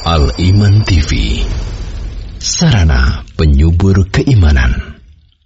Al-Iman TV, sarana penyubur keimanan.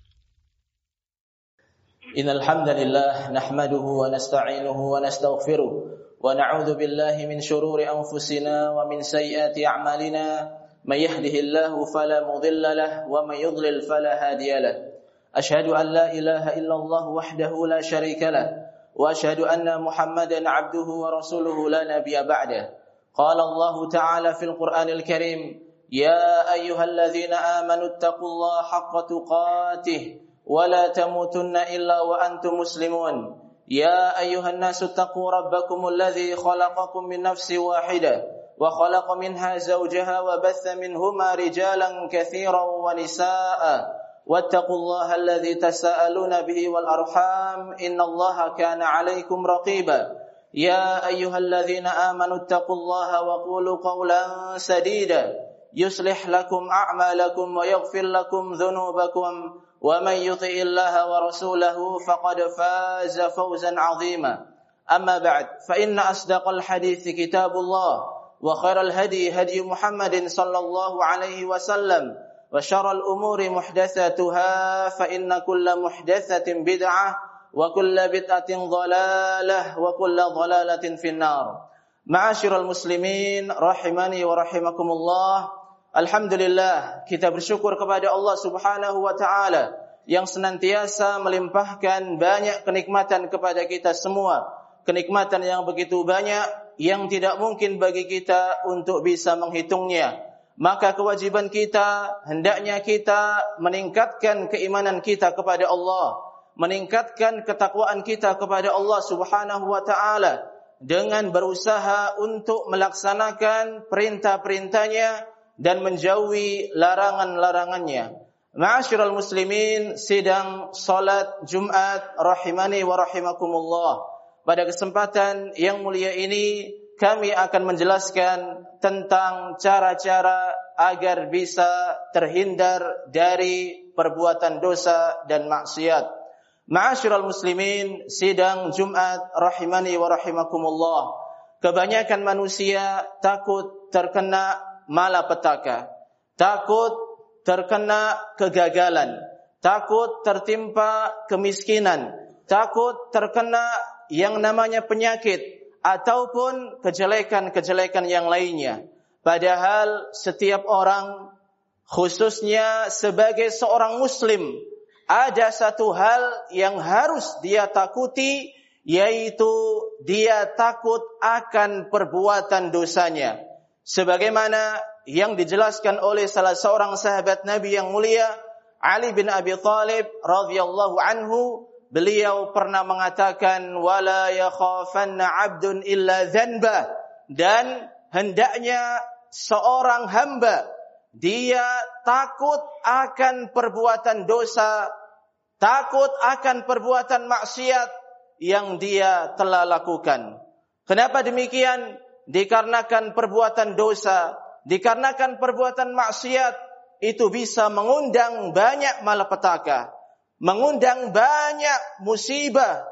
Innal hamdalillah nahmaduhu wa nasta'inuhu wa nastaghfiruh wa na'udzu billahi min shururi anfusina wa min sayyiati a'malina may yahdihillahu fala mudilla lahu wa may yudlil fala hadiya lahu. Ashhadu an la ilaha illallah wahdahu la syarika lahu wa ashhadu anna Muhammadan 'abduhu wa rasuluhu la nabiyya ba'dahu. Qala Allah Ta'ala fil Qur'anil Karim, ya ayyuhalladzina amanu taqullaha haqqa tuqatih wa la tamutunna illa wa antum muslimun. Ya ayyuhan nasu taqu rabbakumul ladzi khalaqakum min nafsin wahidah wa khalaqa minha zawjaha wa batha minhuma rijalan katsiran wa nisaa'a wattaqullaha alladzi tasaaluna bihi wal arham innallaha kana 'alaikum raqiba. Ya ayyuhalladzina amanu taqullaha wa qulu qawlan sadida yuslih lakum a'malakum wa yaghfir lakum dhunubakum wa man yuti'illaha wa rasulahu faqad faza fawzan 'azima. Amma ba'd, fa inna asdaqal hadithi kitabullah wa khairal hadi hadi Muhammadin sallallahu alaihi wasallam wa syarral umuri muhdatsatuha fa inna kulla muhdatsatin bid'ah wa kulla bid'atin dhalalah wa kulla dhalalatin finnar. Ma'asyiral muslimin rahimani wa rahimakumullah. Alhamdulillah, kita bersyukur kepada Allah Subhanahu wa taala yang senantiasa melimpahkan banyak kenikmatan kepada kita semua. Kenikmatan yang begitu banyak yang tidak mungkin bagi kita untuk bisa menghitungnya. Maka kewajiban kita hendaknya kita meningkatkan keimanan kita kepada Allah, meningkatkan ketakwaan kita kepada Allah Subhanahu wa taala dengan berusaha untuk melaksanakan perintah-perintahnya dan menjauhi larangan-larangannya. Ma'asyiral muslimin, sidang salat Jumat rahimani wa rahimakumullah. Pada kesempatan yang mulia ini kami akan menjelaskan tentang cara-cara agar bisa terhindar dari perbuatan dosa dan maksiat. Ma'asyiral muslimin, sidang Jumat rahimani wa rahimakumullah. Kebanyakan manusia takut terkena malapetaka, takut terkena kegagalan, takut tertimpa kemiskinan, takut terkena yang namanya penyakit ataupun kejelekan-kejelekan yang lainnya. Padahal setiap orang, khususnya sebagai seorang muslim, ada satu hal yang harus dia takuti, yaitu dia takut akan perbuatan dosanya. Sebagaimana yang dijelaskan oleh salah seorang sahabat Nabi yang mulia, Ali bin Abi Thalib radhiyallahu anhu, beliau pernah mengatakan, wala yakhafanna 'abdun illa dzanba, dan hendaknya seorang hamba dia takut akan perbuatan dosa, takut akan perbuatan maksiat yang dia telah lakukan. Kenapa demikian? Dikarenakan perbuatan dosa, dikarenakan perbuatan maksiat itu bisa mengundang banyak malapetaka, mengundang banyak musibah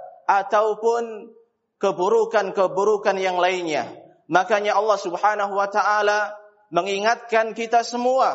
ataupun keburukan-keburukan yang lainnya. Makanya Allah Subhanahu wa taala mengingatkan kita semua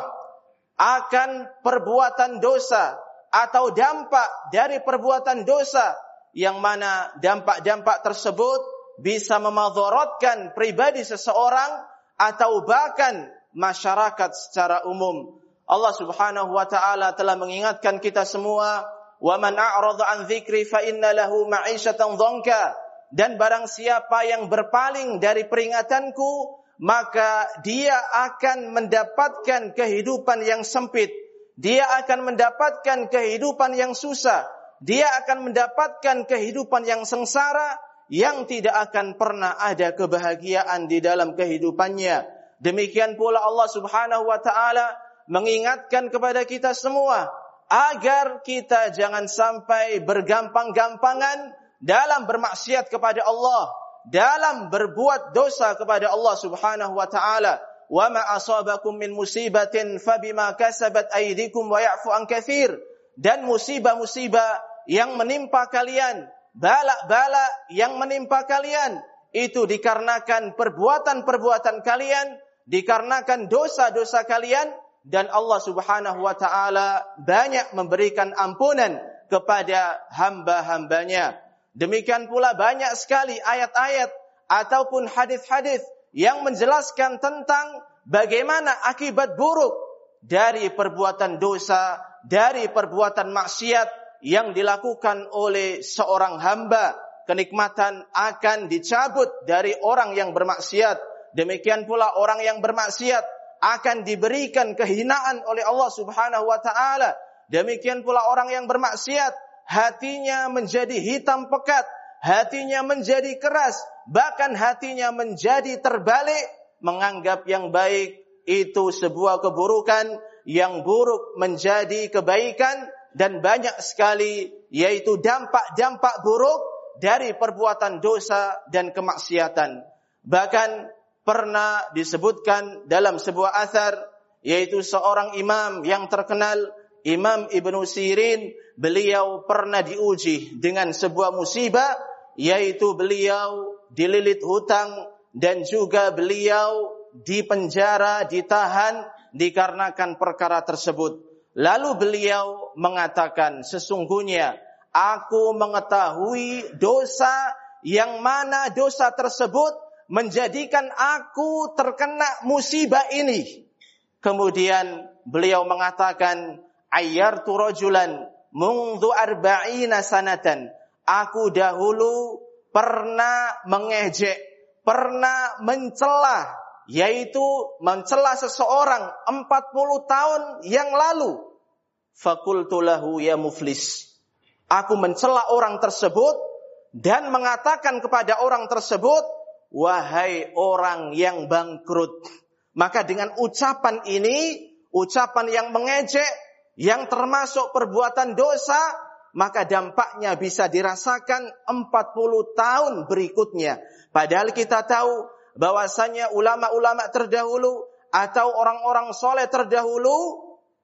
akan perbuatan dosa atau dampak dari perbuatan dosa, yang mana dampak-dampak tersebut bisa memadharatkan pribadi seseorang atau bahkan masyarakat secara umum. Allah Subhanahu wa taala telah mengingatkan kita semua, wa man a'rada an dzikri fa inna lahu ma'isyatan dhanka, dan barang siapa yang berpaling dari peringatanku maka dia akan mendapatkan kehidupan yang sempit, dia akan mendapatkan kehidupan yang susah, dia akan mendapatkan kehidupan yang sengsara, yang tidak akan pernah ada kebahagiaan di dalam kehidupannya. Demikian pula Allah Subhanahu wa taala mengingatkan kepada kita semua agar kita jangan sampai bergampang-gampangan dalam bermaksiat kepada Allah, dalam berbuat dosa kepada Allah Subhanahu wa taala. Wa ma asabakum min musibatin fabima kasabat aydikum wa ya'fu an katsir. Dan musibah-musibah yang menimpa kalian, bala-bala yang menimpa kalian, itu dikarenakan perbuatan-perbuatan kalian dikarenakan dosa-dosa kalian, dan Allah Subhanahu wa taala banyak memberikan ampunan kepada hamba-hambanya. Demikian pula banyak sekali ayat-ayat ataupun hadis-hadis yang menjelaskan tentang bagaimana akibat buruk dari perbuatan dosa, dari perbuatan maksiat yang dilakukan oleh seorang hamba. Kenikmatan akan dicabut dari orang yang bermaksiat. Demikian pula orang yang bermaksiat akan diberikan kehinaan oleh Allah Subhanahu wa taala. Demikian pula orang yang bermaksiat, hatinya menjadi hitam pekat, hatinya menjadi keras, bahkan hatinya menjadi terbalik, menganggap yang baik itu sebuah keburukan, yang buruk menjadi kebaikan, dan banyak sekali yaitu dampak-dampak buruk dari perbuatan dosa dan kemaksiatan. Bahkan pernah disebutkan dalam sebuah athar, yaitu seorang imam yang terkenal, Imam Ibnu Sirin, beliau pernah diuji dengan sebuah musibah, yaitu beliau dililit hutang dan juga beliau dipenjara, ditahan dikarenakan perkara tersebut. Lalu beliau mengatakan, sesungguhnya aku mengetahui dosa yang mana dosa tersebut menjadikan aku terkena musibah ini. Kemudian beliau mengatakan, ayyartu rajulan mungdu arba'ina sanatan. Aku dahulu pernah mengejek, pernah mencela, yaitu mencela seseorang 40 tahun yang lalu. Fakultu lahu ya muflis. Aku mencela orang tersebut dan mengatakan kepada orang tersebut, wahai orang yang bangkrut. Maka dengan ucapan ini, ucapan yang mengejek, yang termasuk perbuatan dosa, maka dampaknya bisa dirasakan 40 tahun berikutnya. Padahal kita tahu bahwasanya ulama-ulama terdahulu atau orang-orang soleh terdahulu,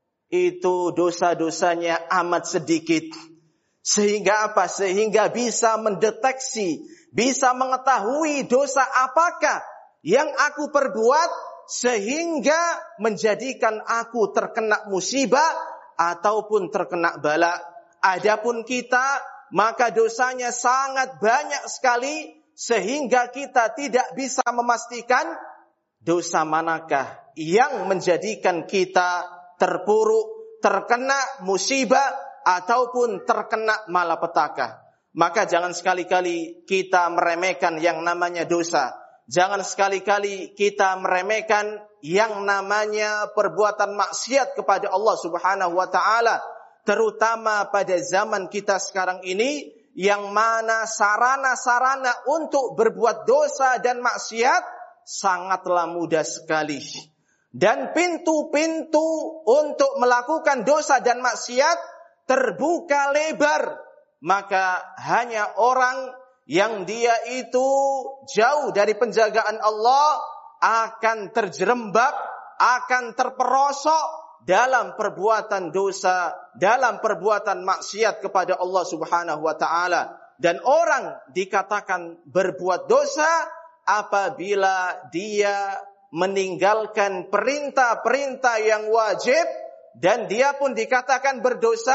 itu dosa-dosanya amat sedikit. Sehingga apa? Sehingga bisa mendeteksi, bisa mengetahui dosa apakah yang aku perbuat sehingga menjadikan aku terkena musibah ataupun terkena bala. Adapun kita, maka dosanya sangat banyak sekali sehingga kita tidak bisa memastikan dosa manakah yang menjadikan kita terpuruk, terkena musibah ataupun terkena malapetaka. Maka jangan sekali-kali kita meremehkan yang namanya dosa. Jangan sekali-kali kita meremehkan yang namanya perbuatan maksiat kepada Allah Subhanahu wa taala, terutama pada zaman kita sekarang ini yang mana sarana-sarana untuk berbuat dosa dan maksiat sangatlah mudah sekali. Dan pintu-pintu untuk melakukan dosa dan maksiat terbuka lebar. Maka hanya orang yang dia itu jauh dari penjagaan Allah akan terjerembab, akan terperosok dalam perbuatan dosa, dalam perbuatan maksiat kepada Allah Subhanahu wa taala. Dan orang dikatakan berbuat dosa apabila dia meninggalkan perintah-perintah yang wajib, dan dia pun dikatakan berdosa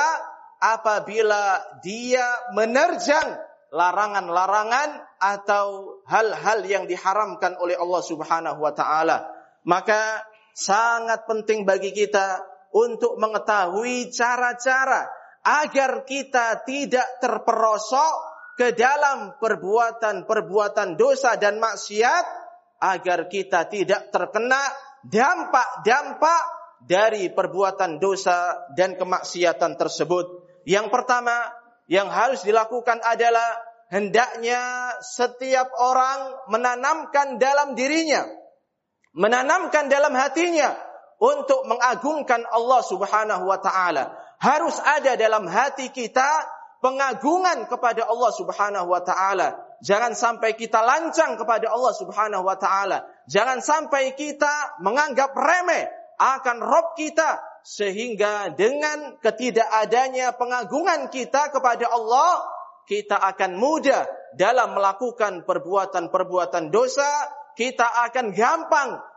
apabila dia menerjang larangan-larangan atau hal-hal yang diharamkan oleh Allah Subhanahu wa taala. Maka sangat penting bagi kita untuk mengetahui cara-cara agar kita tidak terperosok ke dalam perbuatan-perbuatan dosa dan maksiat, agar kita tidak terkena dampak-dampak dari perbuatan dosa dan kemaksiatan tersebut. Yang pertama yang harus dilakukan adalah hendaknya setiap orang menanamkan dalam dirinya, menanamkan dalam hatinya untuk mengagungkan Allah Subhanahu wa taala. Harus ada dalam hati kita pengagungan kepada Allah Subhanahu wa taala. Jangan sampai kita lancang kepada Allah Subhanahu wa taala. Jangan sampai kita menganggap remeh akan Rabb kita, sehingga dengan ketidakadanya pengagungan kita kepada Allah, kita akan mudah dalam melakukan perbuatan-perbuatan dosa, kita akan gampang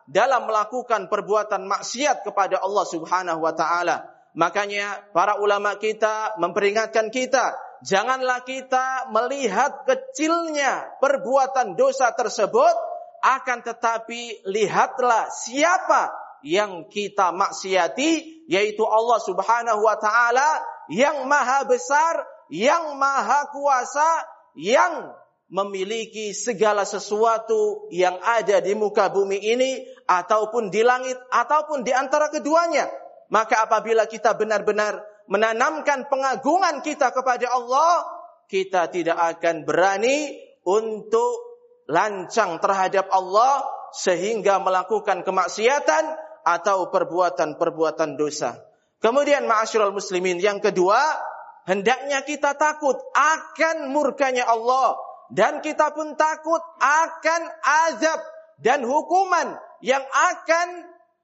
dalam melakukan perbuatan maksiat kepada Allah Subhanahu wa taala. Makanya para ulama kita memperingatkan kita, janganlah kita melihat kecilnya perbuatan dosa tersebut, akan tetapi lihatlah siapa yang kita maksiati, yaitu Allah Subhanahu wa taala yang maha besar, yang maha kuasa, yang memiliki segala sesuatu yang ada di muka bumi ini, ataupun di langit, ataupun di antara keduanya. Maka apabila kita benar-benar menanamkan pengagungan kita kepada Allah, kita tidak akan berani untuk lancang terhadap Allah sehingga melakukan kemaksiatan atau perbuatan-perbuatan dosa. Kemudian ma'asyiral muslimin, yang kedua, hendaknya kita takut akan murkanya Allah, dan kita pun takut akan azab dan hukuman yang akan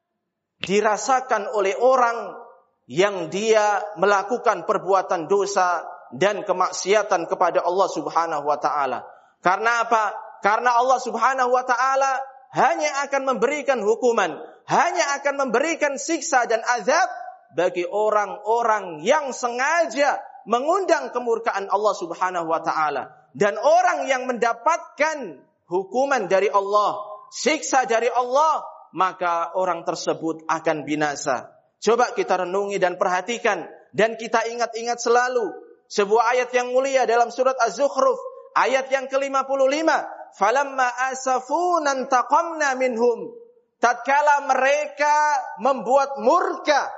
dirasakan oleh orang yang dia melakukan perbuatan dosa dan kemaksiatan kepada Allah Subhanahu wa taala. Karena apa? Karena Allah Subhanahu wa taala hanya akan memberikan hukuman, hanya akan memberikan siksa dan azab bagi orang-orang yang sengaja mengundang kemurkaan Allah Subhanahu wa taala. Dan orang yang mendapatkan hukuman dari Allah, siksa dari Allah, maka orang tersebut akan binasa. Coba kita renungi dan perhatikan, dan kita ingat-ingat selalu sebuah ayat yang mulia dalam surat Az-Zukhruf, ayat yang ke-55. Falamma asafuna intaqamna minhum. Tatkala mereka membuat murka,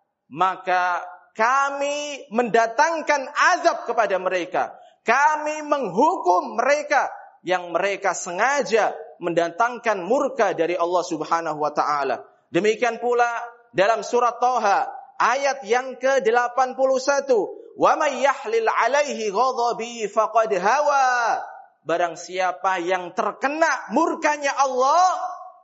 maka kami mendatangkan azab kepada mereka. Kami menghukum mereka yang mereka sengaja mendatangkan murka dari Allah Subhanahu wa taala. Demikian pula dalam surat Thaha ayat yang ke-81, "Wa may yahlil 'alaihi ghadabi faqad hawa." Barang siapa yang terkena murkanya Allah,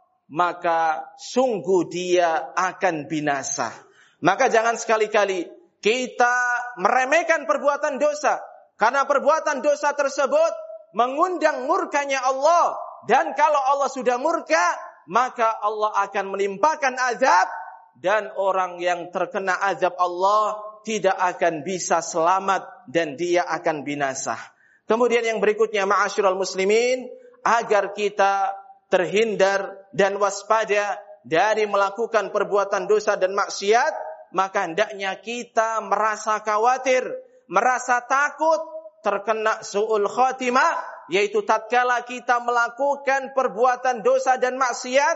maka sungguh dia akan binasa. Maka jangan sekali-kali kita meremehkan perbuatan dosa, karena perbuatan dosa tersebut mengundang murkanya Allah. Dan kalau Allah sudah murka, maka Allah akan menimpakan azab, dan orang yang terkena azab Allah tidak akan bisa selamat dan dia akan binasa. Kemudian yang berikutnya, ma'asyiral muslimin, agar kita terhindar dan waspada dari melakukan perbuatan dosa dan maksiat, maka hendaknya kita merasa khawatir, merasa takut terkena su'ul khatimah, yaitu tatkala kita melakukan perbuatan dosa dan maksiat,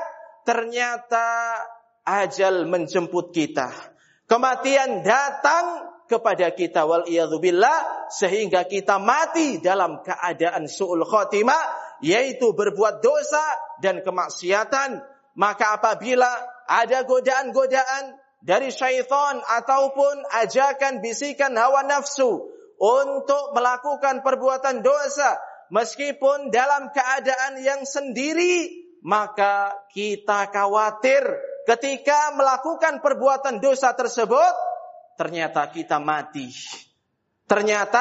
ternyata ajal menjemput kita. Kematian datang kepada kita, wal iyadzubillah, sehingga kita mati dalam keadaan su'ul khatimah, yaitu berbuat dosa dan kemaksiatan. Maka apabila ada godaan-godaan dari syaitan ataupun ajakan bisikan hawa nafsu untuk melakukan perbuatan dosa, meskipun dalam keadaan yang sendiri, maka kita khawatir ketika melakukan perbuatan dosa tersebut, ternyata kita mati. Ternyata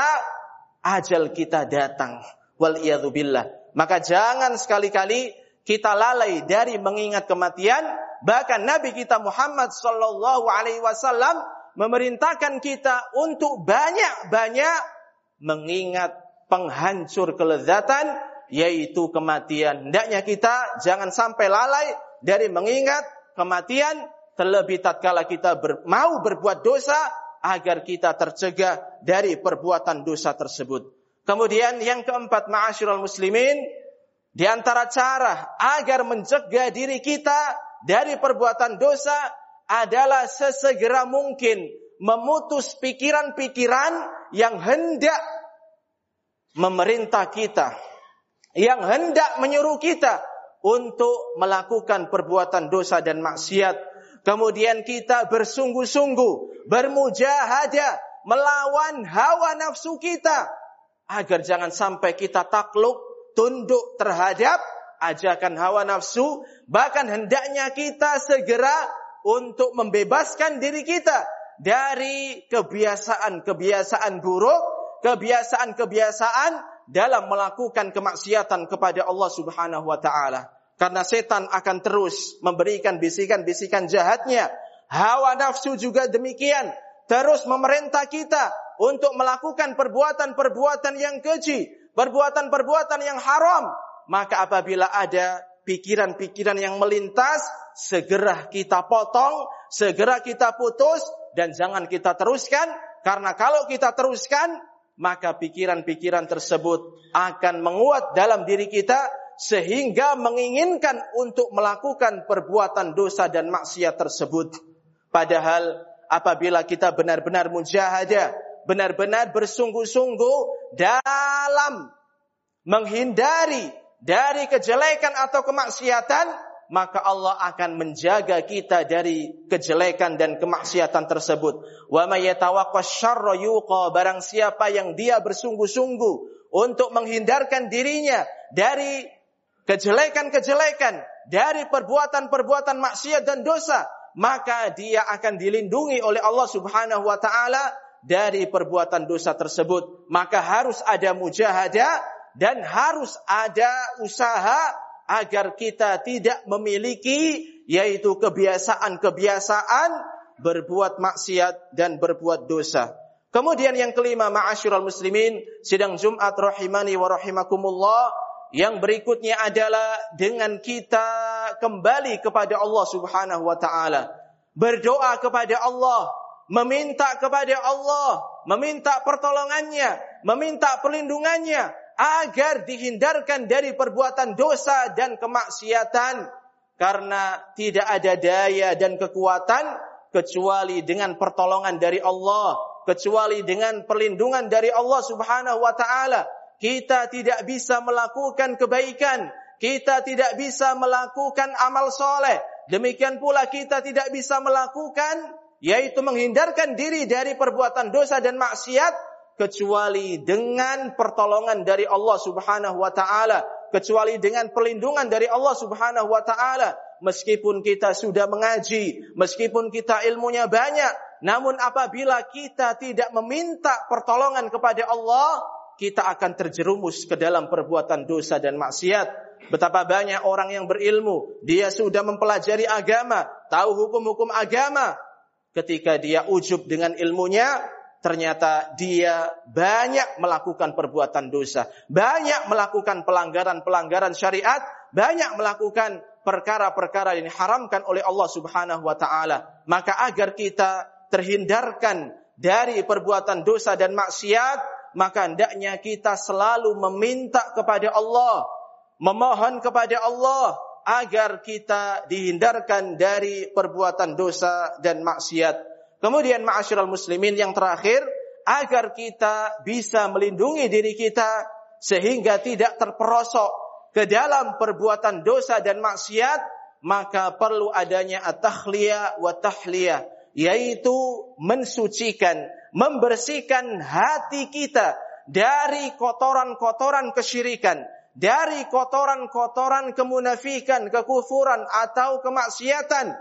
ajal kita datang. Wal iyadzubillah. Maka jangan sekali-kali kita lalai dari mengingat kematian. Bahkan Nabi kita Muhammad sallallahu alaihi wasallam memerintahkan kita untuk banyak-banyak mengingat penghancur kelezatan, yaitu kematian. Hendaknya kita jangan sampai lalai dari mengingat kematian, terlebih tatkala kita mau berbuat dosa, agar kita tercegah dari perbuatan dosa tersebut. Kemudian yang keempat, ma'asyiral muslimin, di antara cara agar mencegah diri kita dari perbuatan dosa adalah sesegera mungkin memutus pikiran-pikiran yang hendak memerintah kita, yang hendak menyuruh kita untuk melakukan perbuatan dosa dan maksiat. Kemudian kita bersungguh-sungguh, bermujahadah melawan hawa nafsu kita, agar jangan sampai kita takluk, tunduk terhadap ajakan hawa nafsu. Bahkan hendaknya kita segera untuk membebaskan diri kita dari kebiasaan-kebiasaan buruk, kebiasaan-kebiasaan dalam melakukan kemaksiatan kepada Allah Subhanahu wa taala. Karena setan akan terus memberikan bisikan-bisikan jahatnya. Hawa nafsu juga demikian. Terus memerintah kita untuk melakukan perbuatan-perbuatan yang keji, perbuatan-perbuatan yang haram. Maka apabila ada pikiran-pikiran yang melintas, segera kita potong, segera kita putus, dan jangan kita teruskan. Karena kalau kita teruskan, maka pikiran-pikiran tersebut akan menguat dalam diri kita, sehingga menginginkan untuk melakukan perbuatan dosa dan maksiat tersebut. Padahal apabila kita benar-benar mujahadah, benar-benar bersungguh-sungguh dalam menghindari dari kejelekan atau kemaksiatan, maka Allah akan menjaga kita dari kejelekan dan kemaksiatan tersebut. Wa may yatawaqqash syarra yuqa, barang siapa yang dia bersungguh-sungguh untuk menghindarkan dirinya dari kejelekan-kejelekan, dari perbuatan-perbuatan maksiat dan dosa, maka dia akan dilindungi oleh Allah Subhanahu wa taala dari perbuatan dosa tersebut. Maka harus ada mujahadah dan harus ada usaha agar kita tidak memiliki yaitu kebiasaan-kebiasaan berbuat maksiat dan berbuat dosa. Kemudian yang kelima, ma'asyiral muslimin, sidang Jumat rahimani wa rahimakumullah, yang berikutnya adalah dengan kita kembali kepada Allah Subhanahu wa taala, berdoa kepada Allah, meminta kepada Allah, meminta pertolongannya, meminta perlindungannya agar dihindarkan dari perbuatan dosa dan kemaksiatan. Karena tidak ada daya dan kekuatan kecuali dengan pertolongan dari Allah, kecuali dengan perlindungan dari Allah Subhanahu wa taala. Kita tidak bisa melakukan kebaikan, kita tidak bisa melakukan amal soleh. Demikian pula kita tidak bisa melakukan, yaitu menghindarkan diri dari perbuatan dosa dan maksiat, kecuali dengan pertolongan dari Allah Subhanahu wa taala, kecuali dengan perlindungan dari Allah Subhanahu wa taala. Meskipun kita sudah mengaji, meskipun kita ilmunya banyak, namun apabila kita tidak meminta pertolongan kepada Allah, kita akan terjerumus ke dalam perbuatan dosa dan maksiat. Betapa banyak orang yang berilmu, dia sudah mempelajari agama, tahu hukum-hukum agama. Ketika dia ujub dengan ilmunya, ternyata dia banyak melakukan perbuatan dosa, banyak melakukan pelanggaran-pelanggaran syariat, banyak melakukan perkara-perkara yang diharamkan oleh Allah Subhanahu wa taala. Maka agar kita terhindarkan dari perbuatan dosa dan maksiat, maka hendaknya kita selalu meminta kepada Allah, memohon kepada Allah agar kita dihindarkan dari perbuatan dosa dan maksiat. Kemudian ma'asyiral muslimin, yang terakhir, agar kita bisa melindungi diri kita sehingga tidak terperosok ke dalam perbuatan dosa dan maksiat, maka perlu adanya at-takhliyah wa tahliyah, yaitu mensucikan, membersihkan hati kita dari kotoran-kotoran kesyirikan, dari kotoran-kotoran kemunafikan, kekufuran atau kemaksiatan.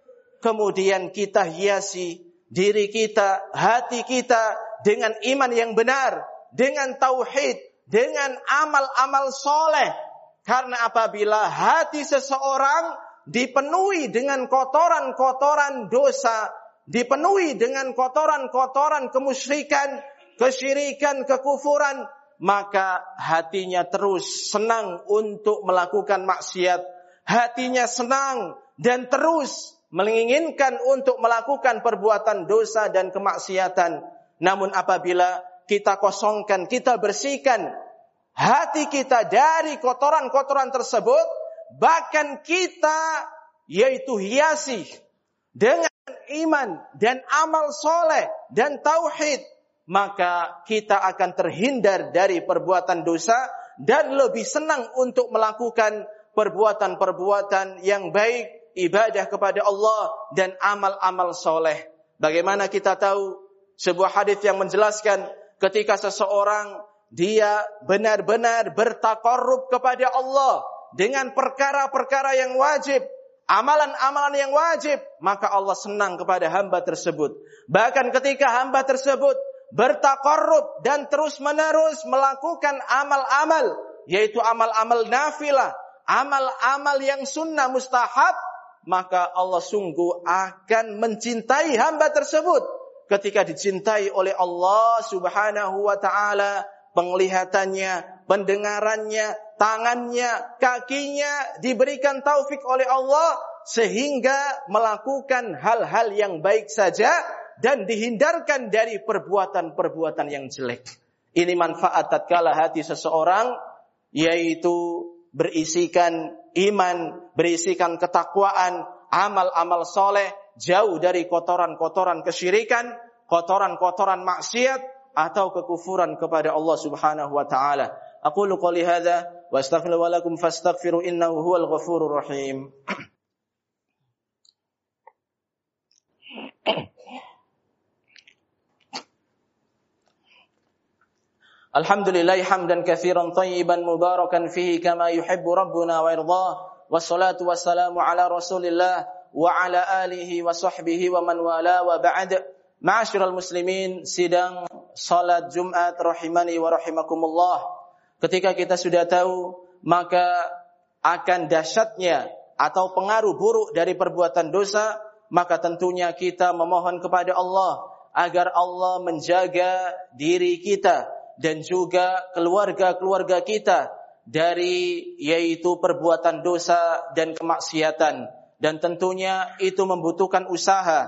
Kemudian kita hiasi diri kita, hati kita dengan iman yang benar, dengan tauhid, dengan amal-amal soleh. Karena apabila hati seseorang dipenuhi dengan kotoran-kotoran dosa, dipenuhi dengan kotoran-kotoran kemusyrikan, kesyirikan, kekufuran, maka hatinya terus senang untuk melakukan maksiat. Hatinya senang dan terus menginginkan untuk melakukan perbuatan dosa dan kemaksiatan. Namun apabila kita kosongkan, kita bersihkan hati kita dari kotoran-kotoran tersebut, bahkan kita yaitu hiasi dengan iman dan amal soleh dan tauhid, maka kita akan terhindar dari perbuatan dosa dan lebih senang untuk melakukan perbuatan-perbuatan yang baik, ibadah kepada Allah dan amal-amal soleh. Bagaimana kita tahu sebuah hadis yang menjelaskan ketika seseorang dia benar-benar bertaqarrub kepada Allah dengan perkara-perkara yang wajib, amalan-amalan yang wajib, maka Allah senang kepada hamba tersebut. Bahkan ketika hamba tersebut bertaqarrub dan terus-menerus melakukan amal-amal, yaitu amal-amal nafilah, amal-amal yang sunnah mustahab, maka Allah sungguh akan mencintai hamba tersebut. Ketika dicintai oleh Allah Subhanahu wa ta'ala, penglihatannya, pendengarannya, tangannya, kakinya diberikan taufik oleh Allah sehingga melakukan hal-hal yang baik saja dan dihindarkan dari perbuatan-perbuatan yang jelek. Ini manfaat tatkala hati seseorang yaitu berisikan iman, berisikan ketakwaan, amal-amal soleh, jauh dari kotoran-kotoran kesyirikan, kotoran-kotoran maksiat atau kekufuran kepada Allah Subhanahu wa ta'ala. Aqulu qouli hadza wa astaghfiru wa lakum fastaghfiru innahu huwal ghafurur rahim. Alhamdulillah hamdan katsiran thayyiban mubarakan fihi kama yuhibbu rabbuna wa yardah. Wassalatu wassalamu ala Rasulillah wa ala alihi wa sahbihi wa man wala wa ba'd. Ma'asyiral muslimin, sidang salat Jumat rahimani wa rahimakumullah. Ketika kita sudah tahu maka akan dahsyatnya atau pengaruh buruk dari perbuatan dosa, maka tentunya kita memohon kepada Allah agar Allah menjaga diri kita dan juga keluarga-keluarga kita dari yaitu perbuatan dosa dan kemaksiatan. Dan tentunya itu membutuhkan usaha,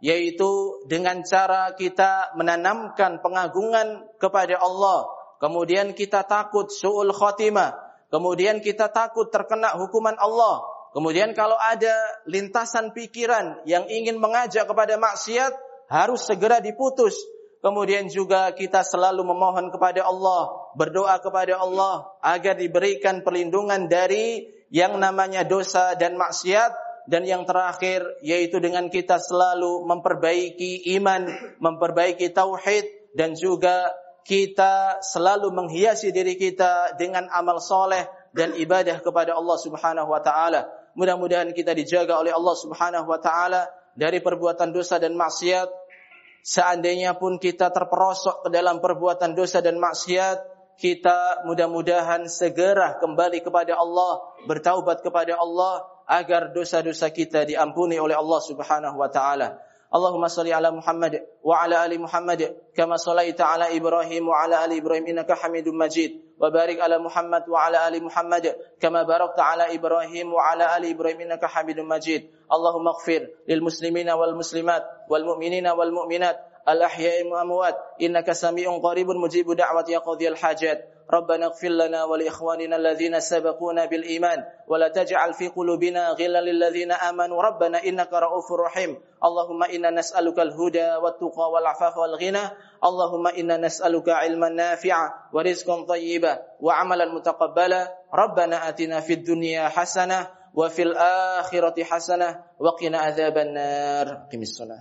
yaitu dengan cara kita menanamkan pengagungan kepada Allah. Kemudian kita takut su'ul khotimah. Kemudian kita takut terkena hukuman Allah. Kemudian kalau ada lintasan pikiran yang ingin mengajak kepada maksiat, harus segera diputus. Kemudian juga kita selalu memohon kepada Allah, berdoa kepada Allah agar diberikan perlindungan dari yang namanya dosa dan maksiat. Dan yang terakhir yaitu dengan kita selalu memperbaiki iman, memperbaiki tauhid, dan juga kita selalu menghiasi diri kita dengan amal soleh dan ibadah kepada Allah Subhanahu wa ta'ala. Mudah-mudahan kita dijaga oleh Allah Subhanahu wa ta'ala dari perbuatan dosa dan maksiat. Seandainya pun kita terperosok ke dalam perbuatan dosa dan maksiat, kita mudah-mudahan segera kembali kepada Allah, bertaubat kepada Allah agar dosa-dosa kita diampuni oleh Allah Subhanahu wa ta'ala. Allahumma salli ala Muhammad wa ala ali Muhammad kama sallaita ala Ibrahim wa ala ali Ibrahim innaka Hamidum Majid. Wa barik ala Muhammad wa ala ali Muhammad kama barakta ala Ibrahim wa ala ali Ibrahim innaka Hamidum Majid. Allahumma ighfir lil muslimina wal muslimat wal mu'minina wal mu'minat al ahya'i wal amwat innaka sami'un qaribun mujibu da'wati ya qadhiyal hajat. ربنا اغفر لنا ولإخواننا الذين سبقونا بالإيمان ولا تجعل في قلوبنا غلا للذين آمنوا ربنا إنك رؤوف رحيم اللهم إنا نسألك الهدى والتقى والعفاف والغنى اللهم إنا نسألك علما نافعا ورزقا طيبا وعملا متقبلا ربنا آتنا في الدنيا حسنة وفي الآخرة حسنة وقنا عذاب النار قم الصلاة.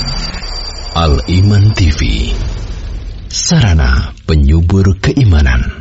Al-Iman TV, sarana penyubur keimanan.